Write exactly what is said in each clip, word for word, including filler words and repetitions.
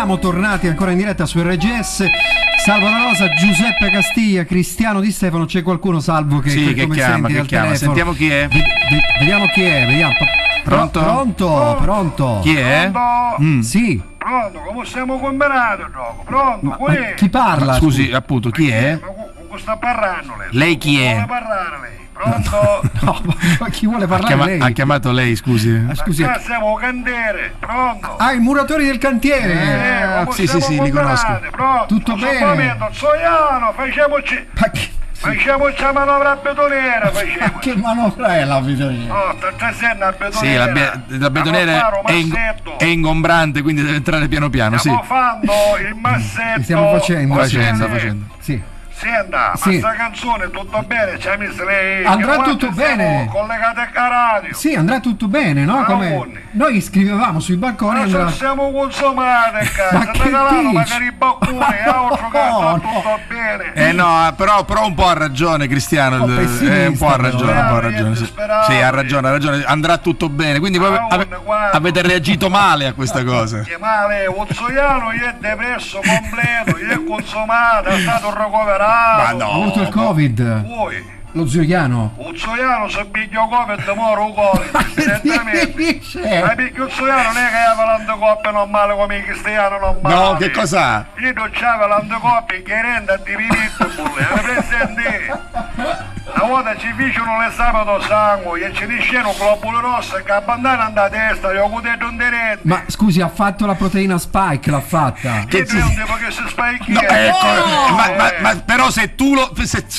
siamo tornati ancora in diretta su R G S. Salvo la Rosa, Giuseppe Castiglia, Cristiano Di Stefano. C'è qualcuno, Salvo, che, sì, che, che come chiama, senti che al chiama. telefono? Sentiamo chi è. V- v- vediamo chi è, vediamo. Pronto? Pronto, Oh. pronto. Chi è? Pronto? Mm. Sì. Pronto, come stiamo combinando il gioco? Pronto, Ma, qui? ma chi parla? Scusi, appunto, chi è? Ma con con sta parlando lei? Lei chi è? Vuole parlare lei? Pronto? No, ma chi vuole Ha, parlare chiama- lei? ha chiamato lei, scusi. Ah, scusi. Qua siamo cantiere, pronto? Ah, i muratori del cantiere. Eh, come sì, sì, stiamo sì, li conosco. combinando? Pronto? Tutto Questo bene? momento, Zoiano, facciamoci... Ma che, Facciamoci la manovra betoniera, facciamo. che manovra è la betoniera? Oh, sta trasendo la betoniera. Sì, la, be- la betoniera è, ing- è ingombrante, quindi deve entrare piano piano, sì. Stiamo facendo il massetto. Stiamo facendo, Facendo, Sì. facendo. Sì. Senta, Sì. ma sta canzone tutto bene? Ci ha messo lei? Andrà Che tutto quante siamo bene. collegate a radio. Sì, andrà tutto bene, no? Ah, Come... buoni. Noi scrivevamo sui balconi. Ma Andrà... ci siamo consumate, Ma cazzo. che Sta calando dici? magari i bacconi, altro che No, sta no. tutto bene. Eh no, però, però un po' ha ragione Cristiano, Un po' eh, pessimista, un po' ha ragione, un po' ha però. ragione. Sì, Disperato. Sì, ha ragione, ha ragione, andrà tutto bene. Quindi voi Ah, ave- guarda. avete reagito male a questa cosa. Che male, Uzzoiano gli è depresso completo, gli è consumato, è stato ricoverato. Ma no. Ha avuto il Covid. Vuoi? Lo Zoiano. Uzzoiano se piglio Covid moro Covid, direttamente. dice? Ma perché Uzzoiano non è che aveva l'anticoppia normale come i cristiani normali. No, che cos'ha? Io non c'aveva l'anticoppia che rende a dividere bulle, hai presente? Una volta ci fecero l'esame del sangue e ci dicevano globuli rossi che abbandonano da testa, io ho detto un diretto. Ma scusi, ha fatto la proteina Spike, l'ha fatta. Che tu non devo che si spacchi. No, ecco, No! ma, ma- ma però se tu lo se, se-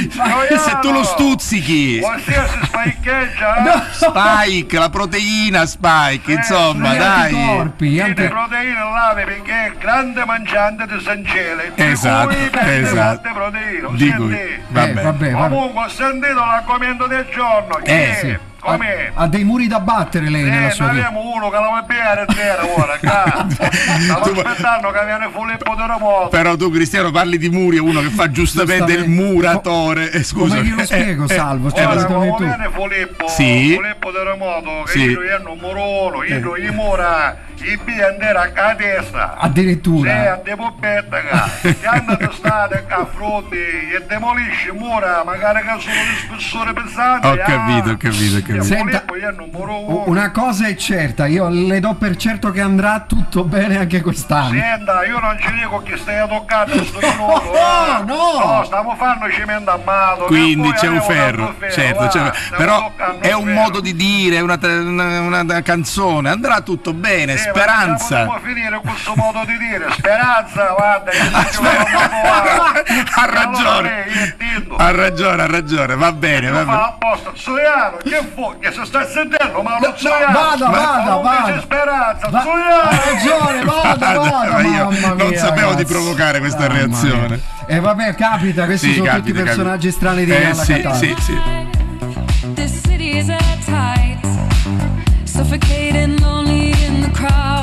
se tu lo stuzzichi, Qualsiasi spaccheggia, Spike, la proteina Spike, insomma, Gli dai. anticorpi, gli le anti- proteine lave perché è grande mangiante di sancelle. Esatto, di cui prende esatto. molte proteine, lo Di cui- senti? vabbè. Eh, vabbè, vabbè. Comunque ho sentito l'argomento del giorno. Chi Eh, è? sì. Com'è? Ha, ha dei muri da battere lei nella Eh, sua noi vita. abbiamo uno che la vuoi bere zero ora, cazzo. Stavo Tu- aspettando che viene Filippo Terremoto. Però tu Cristiano parli di muri, uno che fa giustamente il Giustamente. muratore. Eh, scusa. Come glielo spiego, Eh, eh, Salvo? eh, Cioè, lo Ora, so. come come tu. viene Filippo, Sì. Filippo Terremoto, che Sì. io hanno un murolo, io gli mura, i bi andare a testa. Addirittura. Sì, a de popetta, che hanno testate a fronte e demolisce mura, magari che sono di spessore pesante. Ho capito, ho capito, ho capito. Senta, Filippo, io hanno un muro. una cosa è certa, io le do per certo che andrà tutto bene anche quest'anno. Senta, io non ci dico che stai a toccare questo minuto. No, eh. no. No, stiamo facendo cemento armato. Quindi che poi c'è un avevo ferro, tanto certo, va, c'è un- stiamo però toccando è il un ferro. modo di dire, è una, una- una- una canzone, andrà tutto bene, Sì, ma speranza. Possiamo finire questo modo di dire, speranza, guarda, che ci Aspetta. Ha ragione, ragione. ha ragione, ha ragione, va bene, va Fa bene. apposta, Zoiano, che fu? Che si sta sentendo, ma lo No, Zoiano. vada, Ma vada, non vada. dice speranza, Va- Zoiano. ha ragione, vada, vada, Ma io mamma non mia, sapevo di ragazzi. provocare questa Mamma reazione. mia. E vabbè, capita, questi Sì, sono capita, tutti personaggi capita. strani di Eh, alla sì, Catania. sì, sì. This city is at tight, suffocating, lonely in the crowd.